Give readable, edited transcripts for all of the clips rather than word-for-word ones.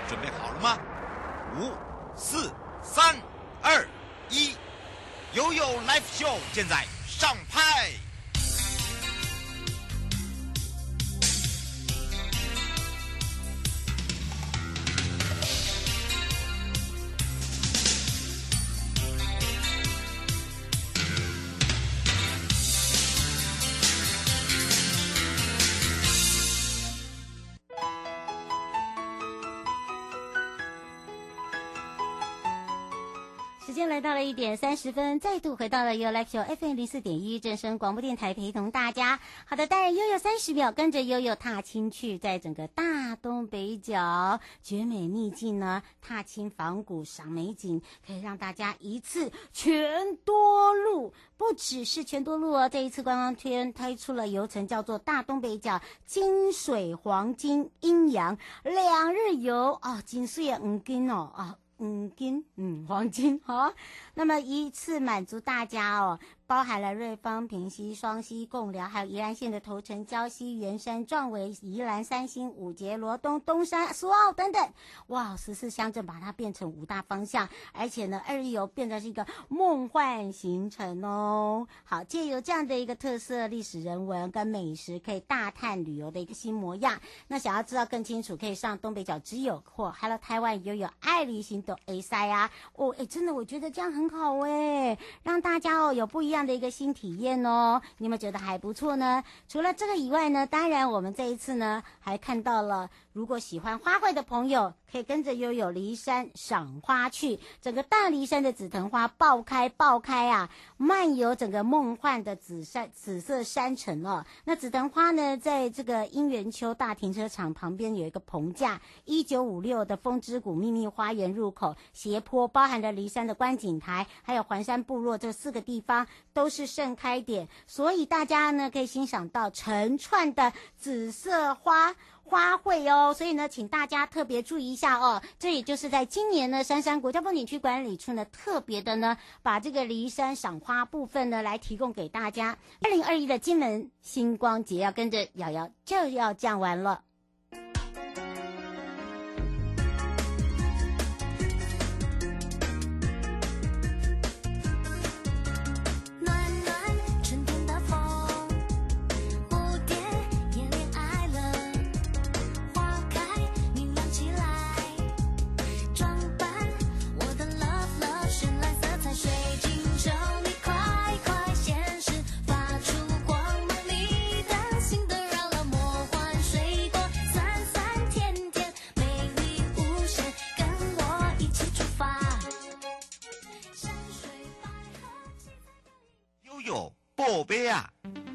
准备好了吗？5、4、3、2、1，悠悠 Live Show 现在上拍。 时间来到了1点30分，再度回到了悠悠 Live Show FM 04.1正声广播电台，陪同大家。好的，当然悠悠30秒，跟着悠悠踏青去，在整个大东北角绝美秘境呢，踏青访古赏美景，可以让大家一次全多路。不只是全多路哦，这一次观光圈推出了游程，叫做大东北角金水黄金阴阳2日游哦，金水黄金哦啊。黄金好，那么一次满足大家哦，包含了瑞芳、平溪、双溪、贡寮，还有宜兰县的头城、礁溪、圆山、壮围、宜兰、三星、五节、罗东、东山、苏澳等等，哇，14乡镇把它变成5大方向，而且呢，2日游变成是一个梦幻行程哦。好，借由这样的一个特色历史人文跟美食，可以大探旅游的一个新模样。那想要知道更清楚，可以上东北角之友或 Hello 台湾悠悠爱旅行的 A 塞啊。哦，真的我觉得这样很好让大家有不一样的一个新体验哦。你有没有觉得还不错呢？除了这个以外呢，当然我们这一次呢还看到了，如果喜欢花卉的朋友，可以跟着悠悠梨山赏花去。整个大梨山的紫藤花爆开啊，漫游整个梦幻的紫色山城哦。那紫藤花呢，在这个姻缘丘大停车场旁边有一个棚架，1956的风之谷秘密花园入口斜坡，包含了梨山的观景台，还有环山部落这4个地方都是盛开点，所以大家呢可以欣赏到成串的紫色花卉哦，所以呢，请大家特别注意一下哦。这也就是在今年呢，杉山国家风景区管理处呢，特别的呢，把这个梨山赏花部分呢，来提供给大家。2021的金门星光节要跟着瑶瑶就要讲完了。 宝贝啊，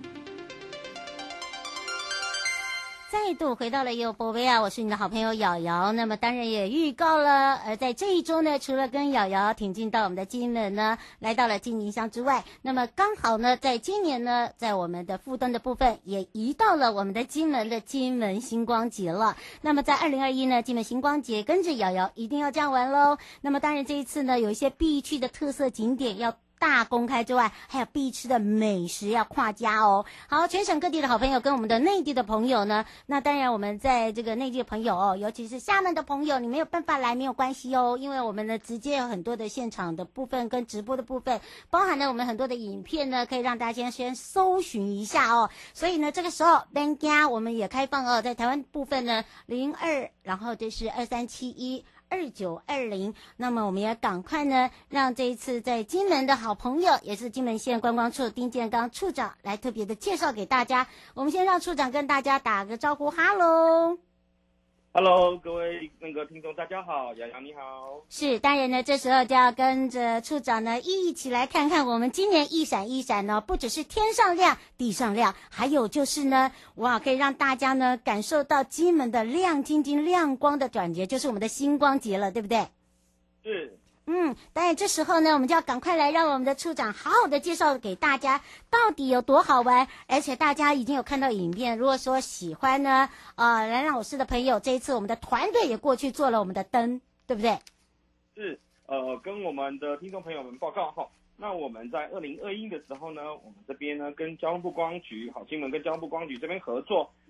再度回到了悠悠宝贝啊，我是你的好朋友瑶瑶。那么当然也预告了，在这一周呢，除了跟瑶瑶挺进到我们的金门呢，来到了金银乡之外，那么刚好呢，在今年呢，在我们的富灯的部分也移到了我们的金门的金门星光节了。那么在2021呢，金门星光节跟着瑶瑶一定要这样玩喽。那么当然这一次呢，有一些必去的特色景点要大公开之外，还有必吃的美食要跨家哦。好，全省各地的好朋友跟我们的内地的朋友呢，那当然我们在这个内地的朋友哦，尤其是厦门的朋友，你没有办法来没有关系哦，因为我们呢直接有很多的现场的部分跟直播的部分，包含了我们很多的影片呢，可以让大家先搜寻一下哦。所以呢，这个时候Ben家我们也开放哦，在台湾部分呢02，然后就是23712920，那么我们也赶快呢，让这一次在金门的好朋友，也是金门县观光处丁建刚处长来特别的介绍给大家。我们先让处长跟大家打个招呼，哈喽。 Hello， 各位听众大家好，瑶瑶你好。 是，当然呢，这时候就要跟着处长呢一起来看看我们今年一闪一闪呢，不只是天上亮、地上亮，还有就是呢，哇，可以让大家呢感受到金门的亮晶晶、亮光的感觉，就是我们的星光节了，对不对？ 是。 当然这时候呢，我们就要赶快来让我们的处长好好的介绍给大家到底有多好玩，而且大家已经有看到影片，如果说喜欢呢，来让老师的朋友，这一次我们的团队也过去做了我们的灯，对不对？ 是，跟我们的听众朋友们报告哈，那我们在2021的时候呢，我们这边呢跟交通部观光局，金门跟交通部观光局这边合作，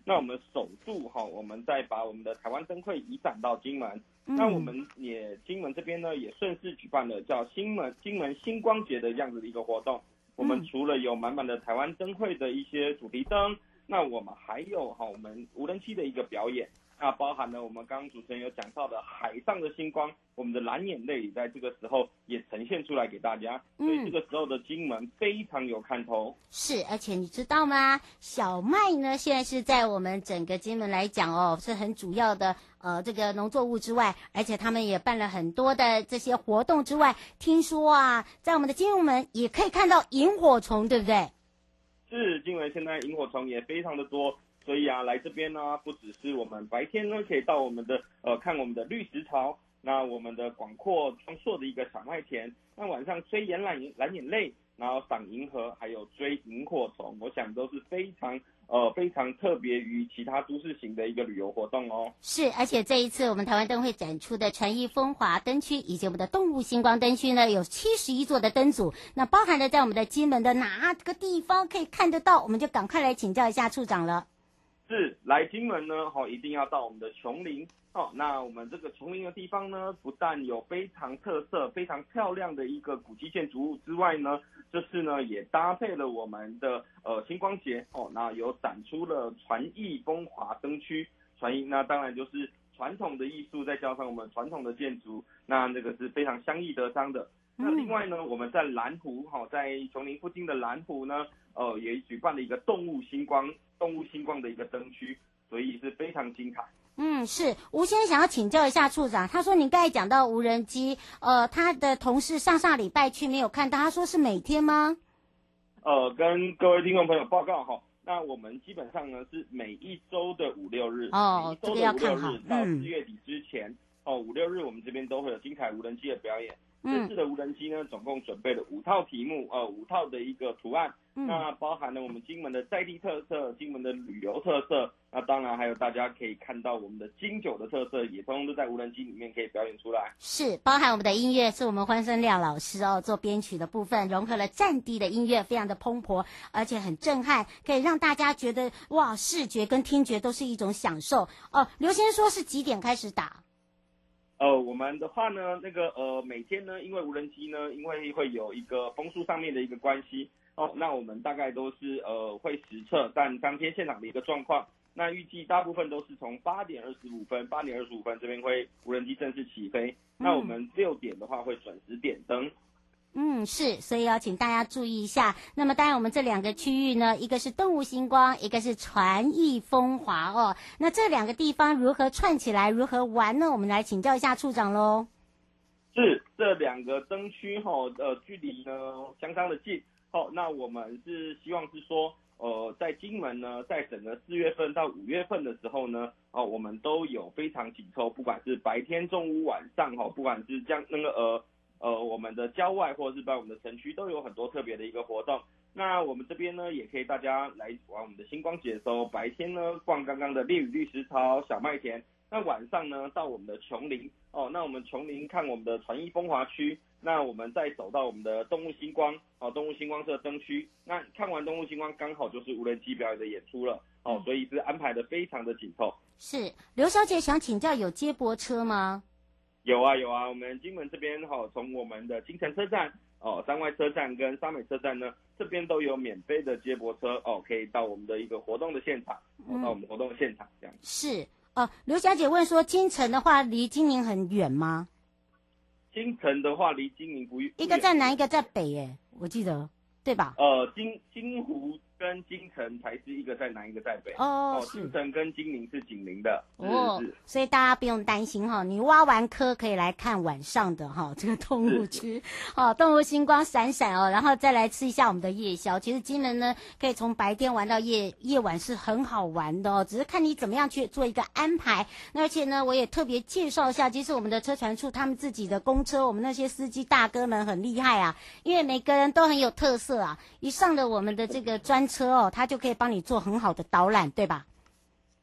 那我们首度我们再把我们的台湾灯会移展到金门。那我们也金门这边呢，也顺势举办了叫金门星光节的这样子的一个活动。我们除了有满满的台湾灯会的一些主题灯，那我们还有我们无人机的一个表演。那包含了我们刚刚主持人有讲到的海上的星光，我们的蓝眼泪在这个时候也呈现出来给大家，所以这个时候的金门非常有看头。 是，而且你知道吗？小麦呢，现在是在我们整个金门来讲是很主要的这个农作物之外，而且他们也办了很多的这些活动之外，听说啊，在我们的金门也可以看到萤火虫，对不对？ 是，金门现在萤火虫也非常的多。所以来这边呢，不只是我们白天呢可以到我们的看我们的绿石槽，那我们的广阔壮硕的一个小麦田，那晚上追蓝眼泪，然后赏银河，还有追萤火虫，我想都是非常特别于其他都市型的一个旅游活动哦。 是，而且这一次我们台湾灯会展出的传艺风华灯区以及我们的动物星光灯区呢，有71座的灯组，那包含了在我们的金门的哪个地方可以看得到，我们就赶快来请教一下处长了。 是，来金门呢一定要到我们的琼林那我们这个琼林的地方呢，不但有非常特色非常漂亮的一个古迹建筑物之外呢，这次呢也搭配了我们的星光节那有展出了传艺风华灯区。传艺那当然就是传统的艺术再加上我们传统的建筑，那这个是非常相异得彰的。那另外呢，我们在蓝湖在琼林附近的蓝湖呢也举办了一个动物星光的一个灯区，所以是非常精彩。 是吴先生想要请教一下处长，他说您刚才讲到无人机，他的同事上礼拜去没有看到，他说是每天吗？ 跟各位听众朋友报告那我们基本上呢是每一周的5、6日，每一周的5、6日到4月底之前5、6日我们这边都会有精彩无人机的表演。这次的无人机呢，总共准备了5套题目，5套的一个图案，那包含了我们金门的在地特色、金门的旅游特色，那当然还有大家可以看到我们的金酒的特色，也通通都在无人机里面可以表演出来。 是，包含我们的音乐是我们欢声亮老师做编曲的部分，融合了战地的音乐，非常的蓬勃，而且很震撼，可以让大家觉得哇，视觉跟听觉都是一种享受。刘先生说是几点开始打？ 我们的话呢，每天呢，因为无人机呢，因为会有一个风速上面的一个关系那我们大概都是会实测，但当天现场的一个状况，那预计大部分都是从8点25分这边会无人机正式起飞，那我们6点的话会准时点灯。 是，所以要请大家注意一下。那么当然我们这2个区域呢，一个是动物星光，一个是传艺风华那这2个地方如何串起来，如何玩呢？我们来请教一下处长咯。 是，这2个灯区距离呢相当的近那我们是希望是说在金门呢，在整个4月份到5月份的时候呢我们都有非常紧凑，不管是白天中午晚上不管是我们的郊外或者是在我们的城区都有很多特别的一个活动。那我们这边呢，也可以大家来玩我们的星光节的时候，白天呢逛刚刚的烈屿绿石槽、小麦田，那晚上呢到我们的琼林那我们琼林看我们的传艺风华区，那我们再走到我们的动物星光动物星光这个灯区，那看完动物星光刚好就是无人机表演的演出了所以是安排的非常的紧凑。 是，刘小姐想请教，有接驳车吗？ 有啊，我们金门这边从我们的金城车站山外车站跟沙美车站呢，这边都有免费的接驳车可以到我们的一个活动的现场到我们活动的现场这样。 是刘小姐问说，金城的话离金宁很远吗？ 金城的话离金宁不远， 一个在南一个在北我记得对吧？ 金湖跟金城才是一个在南一个在北是金城跟金陵是紧邻的所以大家不用担心你挖完科可以来看晚上的这个动物区动物星光闪闪然后再来吃一下我们的夜宵。其实金门呢可以从白天玩到夜晚是很好玩的只是看你怎么样去做一个安排。那而且呢我也特别介绍一下，其实我们的车船处他们自己的公车，我们那些司机大哥们很厉害因为每个人都很有特色一上了我们的这个专车他就可以帮你做很好的导览，对吧？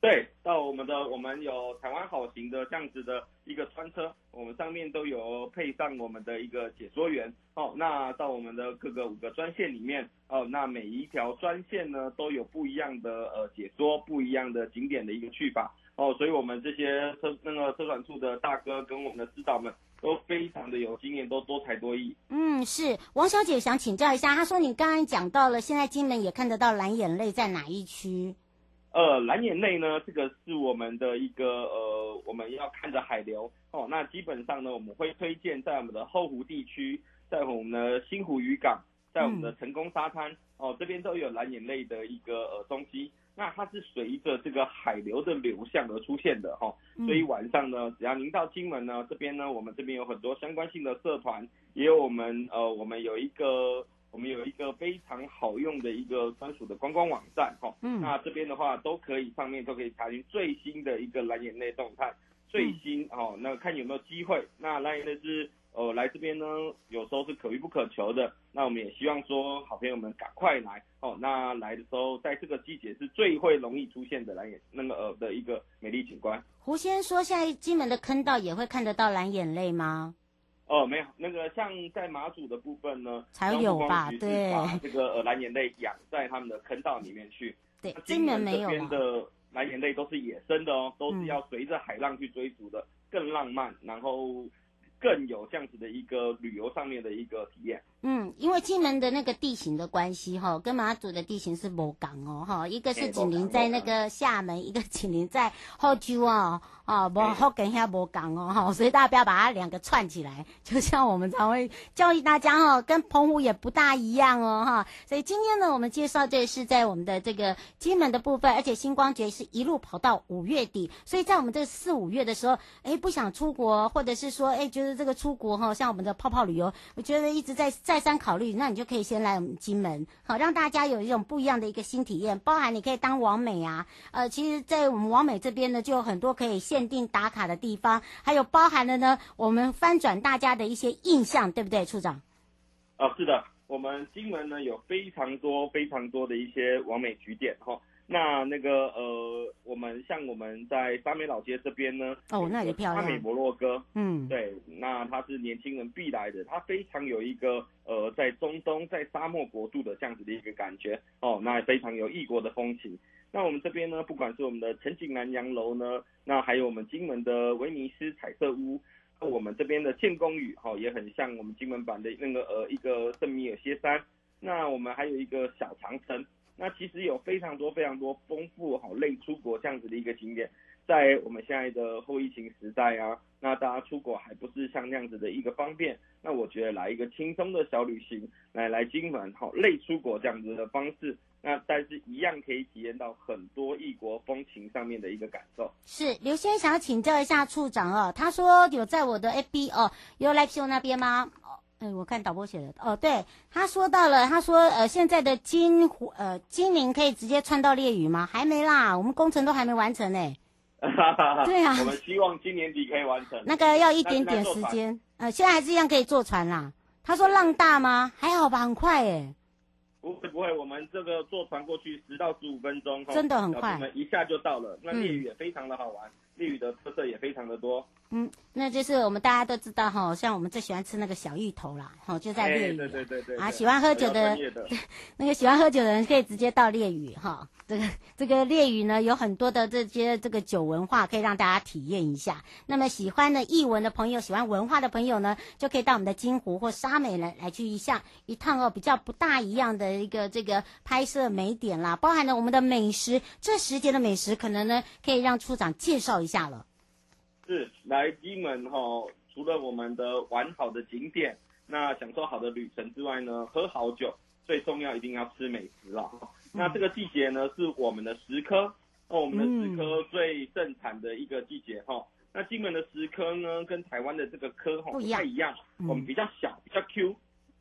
对，到我们有台湾好行的这样子的一个专车，我们上面都有配上我们的一个解说员哦。那到我们的各个5个专线里面哦，那每一条专线呢都有不一样的解说，不一样的景点的一个去法哦。所以我们这些车转处的大哥跟我们的指导们都非常的有经验，都多才多艺。 是王小姐想请教一下，她说你刚刚讲到了，现在金门也看得到蓝眼泪在哪一区？ 蓝眼泪呢，这个是我们的一个我们要看着海流哦。那基本上呢，我们会推荐在我们的后湖地区，在我们的新湖渔港，在我们的成功沙滩哦，这边都有蓝眼泪的一个踪迹。那它是随着这个海流的流向而出现的哈，所以晚上呢，只要您到金门呢，这边呢，我们这边有很多相关性的社团，也有我们有一个非常好用的一个专属的观光网站哈，那这边的话上面都可以查询最新的一个蓝眼泪动态，最新哦，那看有没有机会。那蓝眼泪是来这边呢，有时候是可遇不可求的。那我们也希望说，好朋友们赶快来哦。那来的时候，在这个季节是最会容易出现的蓝眼的一个美丽景观。 胡先说，现在金门的坑道也会看得到蓝眼泪吗？ 没有，那个像在马祖的部分呢， 才有吧？对， 把这个蓝眼泪养在他们的坑道里面去。 对，金门没有这边的蓝眼泪都是野生的哦，都是要随着海浪去追逐的，更浪漫，然后更有这样子的一个旅游上面的一个体验。 因为金门的那个地形的关系哈，跟马祖的地形是不港哦哈，一个是紧邻在那个厦门，一个紧邻在后洲不跟下不港哦哈，所以大家不要把它2个串起来，就像我们常会教育大家哈，跟澎湖也不大一样哦哈。所以今天呢，我们介绍这是在我们的这个金门的部分，而且星光节是一路跑到5月底，所以在我们这4、5月的时候，不想出国，或者是说觉得这个出国哈，像我们的泡泡旅游，我觉得一直再三考虑，那你就可以先来我们金门，好让大家有一种不一样的一个新体验，包含你可以当网美啊，其实在我们网美这边呢，就有很多可以限定打卡的地方，还有包含了呢，我们翻转大家的一些印象，对不对，处长？ 是的，我们金门呢有非常多的一些网美据点哈。那个我们在沙美老街这边呢， 那也漂亮。 沙美摩洛哥，对，那它是年轻人必来的，它非常有一个在中东在沙漠国度的这样子的一个感觉哦，那也非常有异国的风情。那我们这边呢，不管是我们的陈景南洋楼呢，那还有我们金门的威尼斯彩色屋，我们这边的建功屿也很像我们金门版的那个一个圣米尔歇山。那我们还有一个小长城。那其实有非常多丰富类出国这样子的一个景点，在我们现在的后疫情时代啊，那大家出国还不是像那样子的一个方便，那我觉得来一个轻松的小旅行，来金门类出国这样子的方式，那但是一样可以体验到很多异国风情上面的一个感受。是刘先想要请教一下处长哦，他说有在我的 FB 有 Live Show 那边吗？我看导播写的对，他说到了，他说现在的金陵可以直接串到烈屿吗？还没啦，我们工程都还没完成呢。对啊， 我们希望今年底可以完成。 那个要一点点时间，现在还是一样可以坐船啦。他说浪大吗？还好吧，很快耶。 不会，我们这个坐船过去10到15分钟， 真的很快， 我们一下就到了。那烈屿也非常的好玩，烈屿的特色也非常的多。 那就是我们大家都知道哈，像我们最喜欢吃那个小芋头啦，就在烈屿。 对啊，喜欢喝酒的那个喜欢喝酒的人可以直接到烈屿哈。这个烈屿呢有很多的这个酒文化可以让大家体验一下。那么喜欢的艺文的朋友，喜欢文化的朋友呢，就可以到我们的金湖或沙美来去一趟比较不大一样的一个这个拍摄美点啦，包含了我们的美食，这时节的美食可能呢可以让处长介绍一下了。 是来金门除了我们的玩好的景点，那享受好的旅程之外呢，喝好酒，最重要一定要吃美食啦。那这个季节呢是我们的石科我们的石科最盛产的一个季节那金门的石科呢跟台湾的这个科不太一样，我们比较小，比较 Q，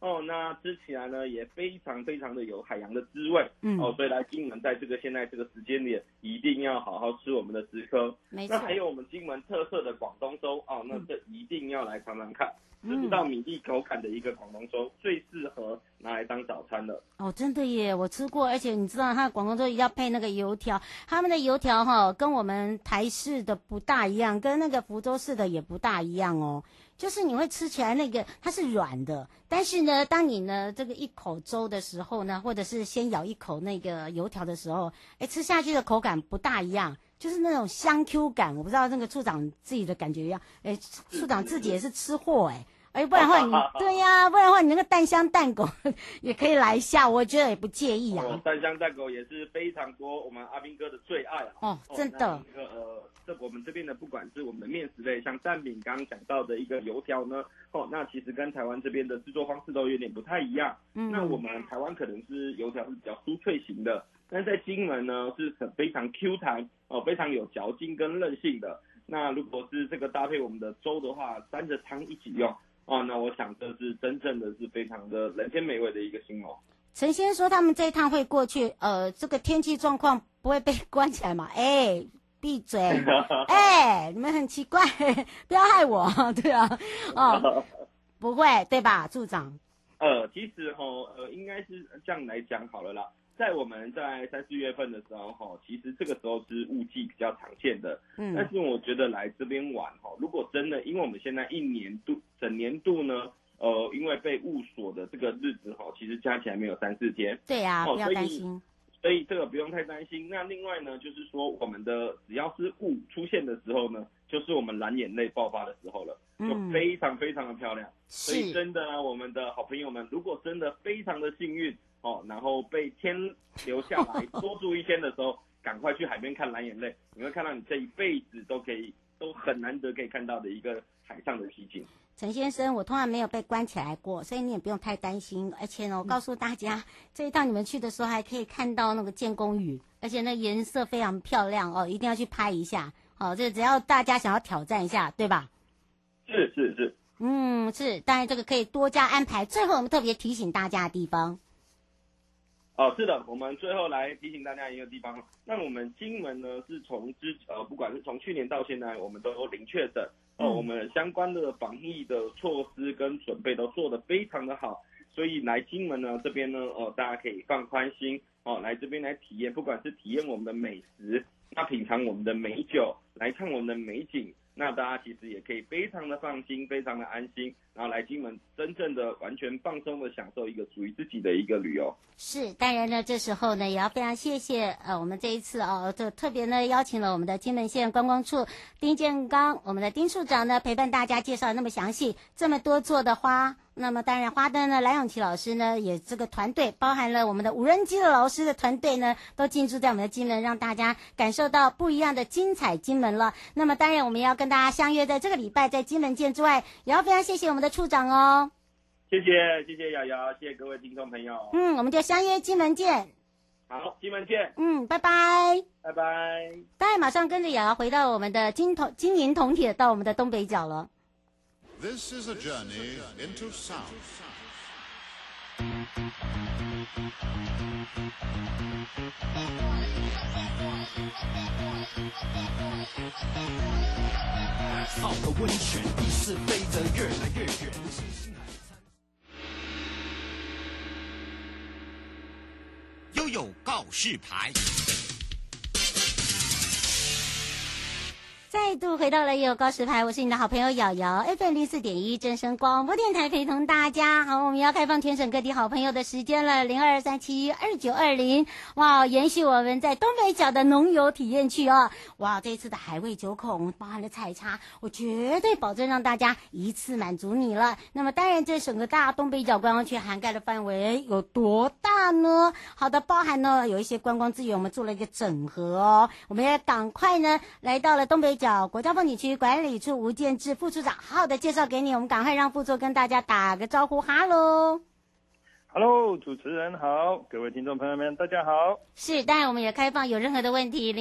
那吃起来呢也非常非常的有海洋的滋味，所以来金门在现在这个时间点一定要好好吃我们的石蚵。 没错。 那还有我们金门特色的广东粥那这一定要来尝尝看。吃不到米粒口感的一个广东粥，最适合拿来当早餐了。 真的耶，我吃过，而且你知道它的广东粥要配那个油条，他们的油条跟我们台式的不大一样，跟那个福州市的也不大一样哦。就是你会吃起来那个它是软的，但是呢，当你呢这个一口粥的时候呢，或者是先咬一口那个油条的时候，吃下去的口感不大一样。就是那种香 Q 感，我不知道那个处长自己的感觉一样。处长自己也是吃货不然的话你对呀，不然的话你那个蛋香蛋狗也可以来一下，我觉得也不介意啊。 蛋香蛋狗也是非常多我们阿兵哥的最爱真的。 这我们这边的不管是我们的面食类，像蛋饼刚刚讲到的一个油条呢，那其实跟台湾这边的制作方式都有点不太一样。那我们台湾可能是油条是比较酥脆型的。但在金门呢是非常 Q 弹非常有嚼劲跟韧性的。那如果是这个搭配我们的粥的话，沾着汤一起用那我想这是真正的是非常的人间美味的一个形容。 陈先生说他们这一趟会过去，这个天气状况不会被关起来嘛？闭嘴！你们很奇怪，不要害我，对啊，不会对吧，处长？ 其实应该是这样来讲好了啦。在我们在3、4月份的时候其实这个时候是雾季比较常见的。但是我觉得来这边玩如果真的，因为我们现在整年度呢，因为被雾锁的这个日子其实加起来没有3、4天。 对啊，不要担心。 所以这个不用太担心。那另外呢，就是说我们的只要是雾出现的时候呢，就是我们蓝眼泪爆发的时候了，就非常非常的漂亮。所以真的呢，我们的好朋友们，如果真的非常的幸运然后被天留下来多住一天的时候，赶快去海边看蓝眼泪，你会看到你这一辈子都很难得可以看到的一个海上的奇景。 陈先生，我通常没有被关起来过，所以你也不用太担心。而且呢，我告诉大家，这一趟你们去的时候还可以看到那个建功屿，而且那颜色非常漂亮一定要去拍一下。这只要大家想要挑战一下，对吧？ 是。 是，当然这个可以多加安排。最后我们特别提醒大家的地方。 是的，我们最后来提醒大家一个地方。那我们金门呢是不管是从去年到现在，我们都有零确诊。我们相关的防疫的措施跟准备都做得非常的好，所以来金门呢这边呢大家可以放宽心来这边来体验，不管是体验我们的美食，那品尝我们的美酒，来看我们的美景，那大家其实也可以非常的放心，非常的安心，然后来金门真正的完全放松的享受一个属于自己的一个旅游。 是，当然呢，这时候呢也要非常谢谢我们这一次就特别呢邀请了我们的金门县观光处丁建刚，我们的丁处长呢陪伴大家介绍那么详细，这么多座的花。那么当然花灯呢，蓝永琪老师呢也这个团队包含了我们的无人机的老师的团队呢都进驻在我们的金门，让大家感受到不一样的精彩金门了。那么当然我们也要跟大家相约在这个礼拜在金门见之外，也要非常谢谢我们的处长哦。 谢谢瑶瑶，谢谢各位听众朋友。 我们就相约金门见。 好，金门见。 拜拜。 拜拜。 当然马上跟着瑶瑶回到我们的金银铜铁到我们的东北角了。 This is a journey into sound. 泡个温泉，意识飞得越来越远。悠悠告示牌。 再度回到了悠悠告示牌，我是你的好朋友瑶瑶 FM04.1 正声广播电台，陪同大家。好，我们要开放全省各地好朋友的时间了，02372920。哇，延续我们在东北角的农游体验区哦。哇，这一次的海味九孔包含了菜叉，我绝对保证让大家一次满足你了。那么当然，这整个大东北角观光区涵盖的范围有多大呢？好的，包含呢有一些观光资源，我们做了一个整合哦。我们也赶快呢来到了东北角国家风景区管理处吴建志副处长好好的介绍给你，我们赶快让副座跟大家打个招呼，哈喽。 Hello， 主持人好，各位听众朋友们，大家好。 是，当然我们也开放有任何的问题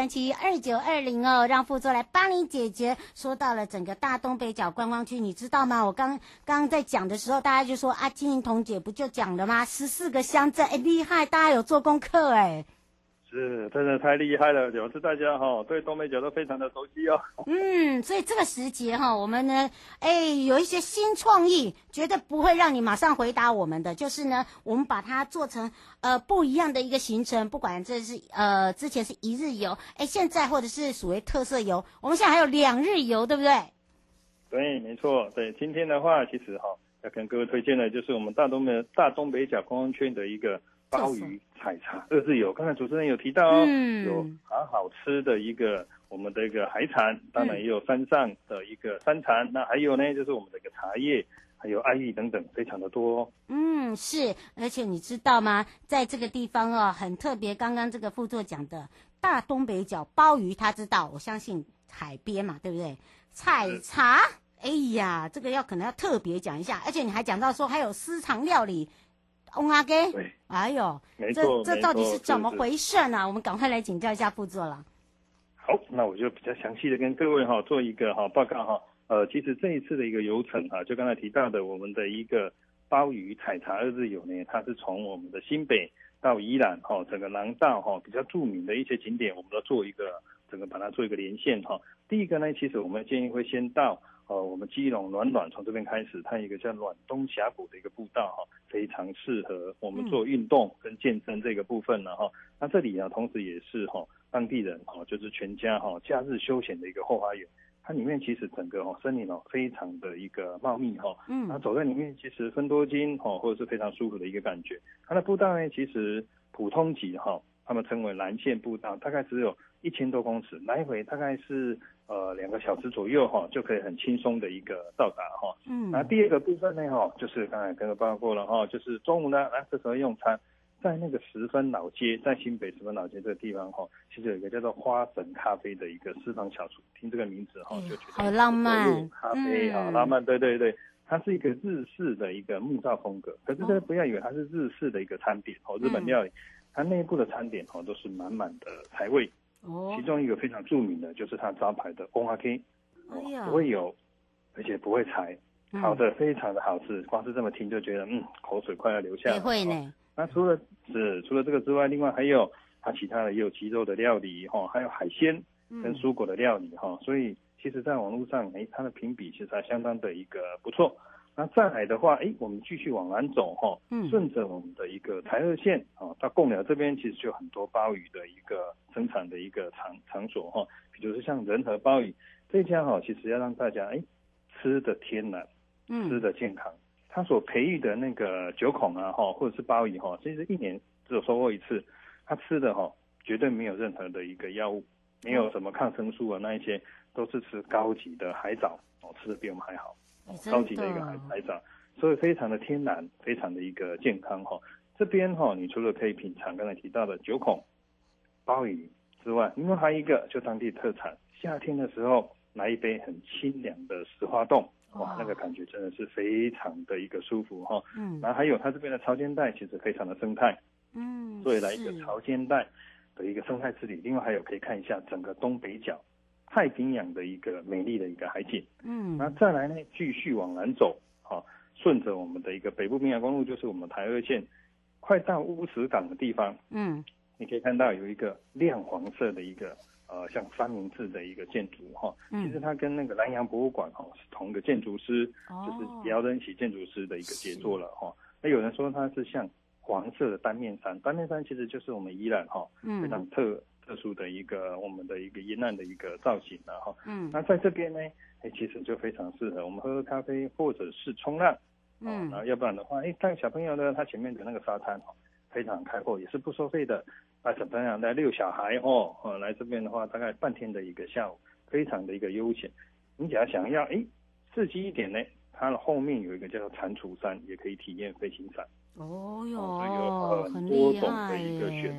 ，0223712920哦，让副座来帮你解决。说到了整个大东北角观光区，你知道吗？我刚刚在讲的时候，大家就说啊，金银彤姐不就讲了吗？14个乡镇，厉害，大家有做功课是，真的太厉害了，表示大家对东北角都非常的熟悉哦。 所以这个时节我们呢，有一些新创意，绝对不会让你马上回答我们的，就是呢，我们把它做成不一样的一个行程，不管这是之前是1日游，现在或者是属于特色游，我们现在还有2日游，对不对？ 对，没错，对，今天的话，其实要跟各位推荐的就是我们大东北角观光圈的一个鲍鱼采茶2日游。刚才主持人有提到有好吃的一个我们的一个海产，当然也有山上的一个山产，那还有呢就是我们的一个茶叶，还有爱玉等等，非常的多是，而且你知道吗？在这个地方很特别。刚刚这个副座讲的大东北角鲍鱼，他知道，我相信海边嘛，对不对？采茶，哎呀，这个可能要特别讲一下。而且你还讲到说还有私藏料理，翁阿给，哎呦， 没错， 这到底是怎么回事呢？我们赶快来请教一下副座了。 好，那我就比较详细的跟各位做一个报告其实这一次的一个游程就刚才提到的我们的一个鲍鱼采茶2日游呢，它是从我们的新北到宜兰整个廊道比较著名的一些景点，我们都做一个整个把它做一个连线第一个呢，其实我们建议会先到我们基隆暖从这边开始，它有一个叫暖东峡谷的一个步道非常适合我们做运动跟健身这个部分了那这里同时也是当地人就是全家假日休闲的一个后花园。它里面其实整个森林非常的一个茂密那走在里面其实分多金或者是非常舒服的一个感觉。它的步道呢，其实普通级他们称为蓝线步道，大概只有1000多公尺，来回大概是2个小时左右就可以很轻松的一个到达那第二个部分呢就是刚才跟我报告过了就是中午呢这时候用餐。在那个10分老街，在新北10分老街这个地方其实有一个叫做花神咖啡的一个私房小厨，听这个名字就觉得好浪漫， 咖啡浪漫，对对对，它是一个日式的一个木造风格，可是这不要以为它是日式的一个餐点日本料理，它内部的餐点都是满满的财味其中一个非常著名的就是它招牌的翁阿 K， 不会油，而且不会柴，好的非常的好吃，光是这么听就觉得口水快要流下来。 也会呢。 那除了这个之外，另外还有它其他的也有鸡肉的料理还有海鲜跟蔬果的料理所以其实在网络上它的评比其实还相当的一个不错。那再来的话我们继续往南走顺着我们的一个台二线到贡寮这边其实就有很多鲍鱼的一个生产的一个场所比如说像仁和鲍鱼这家其实要让大家吃的天然吃的健康。它所培育的那个九孔或者是鲍鱼其实1年只有收获1次，它吃的绝对没有任何的一个药物，没有什么抗生素那一些，都是吃高级的海藻吃的比我们还好，高级的一个海藻，所以非常的天然，非常的一个健康这边你除了可以品尝刚才提到的九孔鲍鱼之外，另外还有一个就当地特产，夏天的时候来一杯很清凉的石花冻。那个感觉真的是非常的一个舒服然后还有它这边的潮间带其实非常的生态所以来一个潮间带的一个生态之旅。另外还有可以看一下整个东北角太平洋的一个美丽的一个海景那再来呢继续往南走顺着我们的一个北部滨海公路，就是我们台二线快到乌石港的地方你可以看到有一个亮黄色的一个像三明治的一个建筑其实它跟那个南洋博物馆是同一个建筑师就是姚仁喜建筑师的一个杰作了那有人说它是像黄色的单面山其实就是我们宜兰非常特殊的一个我们的一个沿岸的一个造型那在这边呢其实就非常适合我们喝咖啡或者是冲浪然后要不然的话带小朋友呢，他前面的那个沙滩非常开阔，也是不收费的。小朋友来遛小孩来这边的话，大概半天的一个下午，非常的一个悠闲。你只要想要刺激一点呢，它的后面有一个叫做蟾蜍山，也可以体验飞行伞。 所以有很多种的一个选择。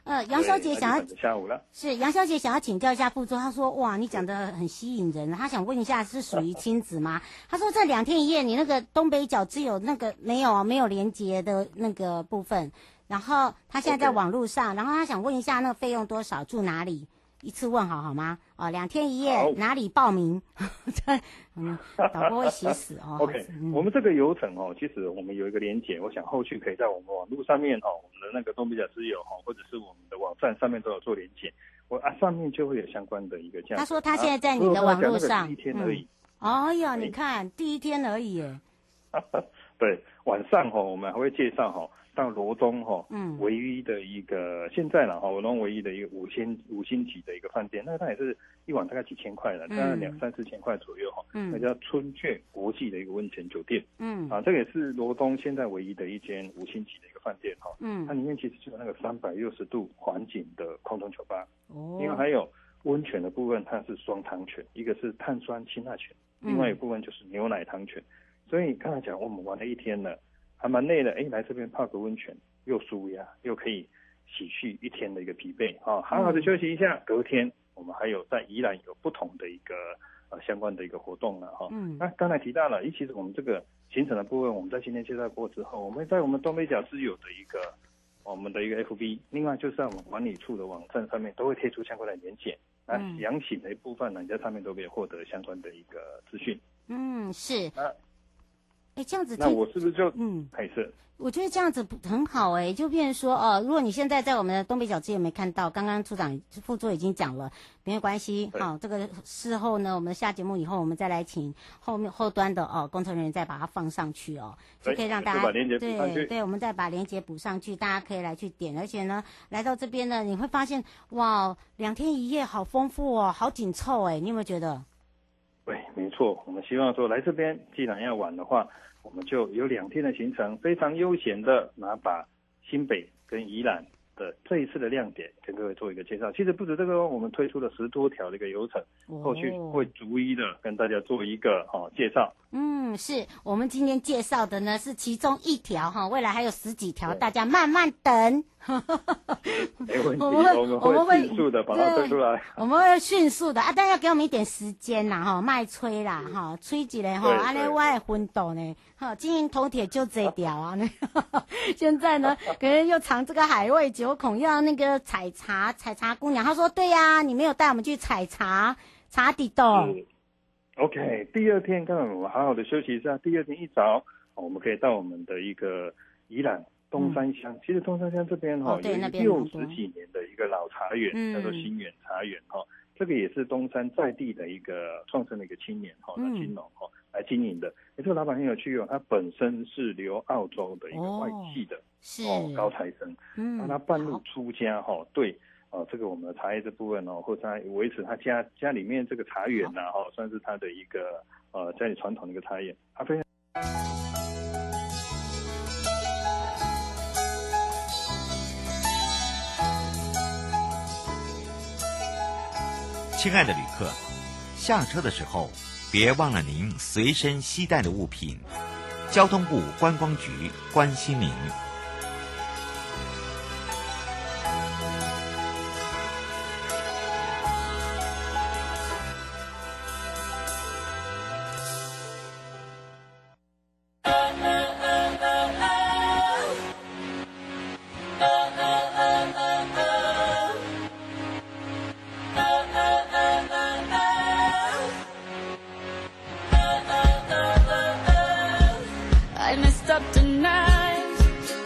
杨小姐想要对下午了。 是杨小姐想要请教一下副座，她说哇，你讲的很吸引人，她想问一下是属于亲子吗？她说这2天1夜你那个东北角只有那个没有连结的那个部分，然后她现在在网络上，然后她想问一下那个费用多少，住哪里？一次问好吗？2天1夜哪里报名？导播会写死哦。 OK，我们这个流程其实我们有一个连结，我想后续可以在我们网络上面我们的那个东北角之友或者是我们的网站上面都有做连结，上面就会有相关的一个价格。 他说他现在在你的网络上， 第一天而已。 哦哟，你看第一天而已耶。 对，晚上我们还会介绍到罗东唯一的一个现在了罗东唯一的一个五星级的一个饭店，那它也是一晚大概几千块了，大概2-3-4千块左右那叫春雀国际的一个温泉酒店，这个也是罗东现在唯一的一间5星级的一个饭店它里面其实就有那个360度环景的空中酒吧，另外还有温泉的部分，它是双汤泉，一个是碳酸氢钠泉，另外一部分就是牛奶汤泉，所以刚才讲我们玩了一天了。还蛮累的，来这边泡个温泉，又舒压，又可以洗去一天的一个疲惫，好好的休息一下。隔天我们还有在宜兰有不同的一个相关的一个活动了那刚才提到了，其实我们这个行程的部分，我们在今天介绍过之后，我们在我们东北角之友的我们的一个 FB， 另外就是在我们管理处的网站上面都会贴出相关的连结，详细的一部分呢，你在上面都可以获得相关的一个资讯。 是。这样子那我是不是就还是？ 我觉得这样子很好就变成说如果你现在在我们的东北角之友没看到，刚刚副座已经讲了，没关系，好，这个事后呢，我们下节目以后，我们再来请后端的工作人员再把它放上去就可以让大家对，我们再把连结补上去，大家可以来去点，而且呢，来到这边呢，你会发现哇，2天1夜好丰富好紧凑你有没有觉得？ 对，没错，我们希望说来这边，既然要玩的话，我们就有2天的行程，非常悠闲的把新北跟宜兰的这一次的亮点跟各位做一个介绍。其实不止这个我们推出了10多条的一个流程，后续会逐一的跟大家做一个介绍。 是我们今天介绍的呢是其中1条未来还有10几条，大家慢慢等。 没问题，我们会迅速的把它推出来。 我们会迅速的但要给我们一点时间啦卖催啦催一下安尼我会奋斗呢经营头铁就这条现在呢可能又尝这个海味9孔，又要那个采茶姑娘，她说对呀你没有带我们去采茶底豆。 OK， 第2天刚才我们好好的休息一下，第2天一早我们可以到我们的一个宜兰东山乡，其实东山乡这边有60几年的一个老茶园，叫做新源茶园这个也是东山在地的一个创生的一个青年青农来经营的。这个老板很有趣他本身是留澳洲的一个外系的高材生，他半路出家对这个我们的茶叶这部分或者他维持他家里面这个茶园算是他的一个家里传统的一个茶园，他非常。 亲爱的旅客，下车的时候别忘了您随身携带的物品。交通部观光局关心您。 I messed up tonight.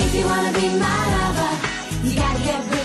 If you wanna be my lover, you gotta get real.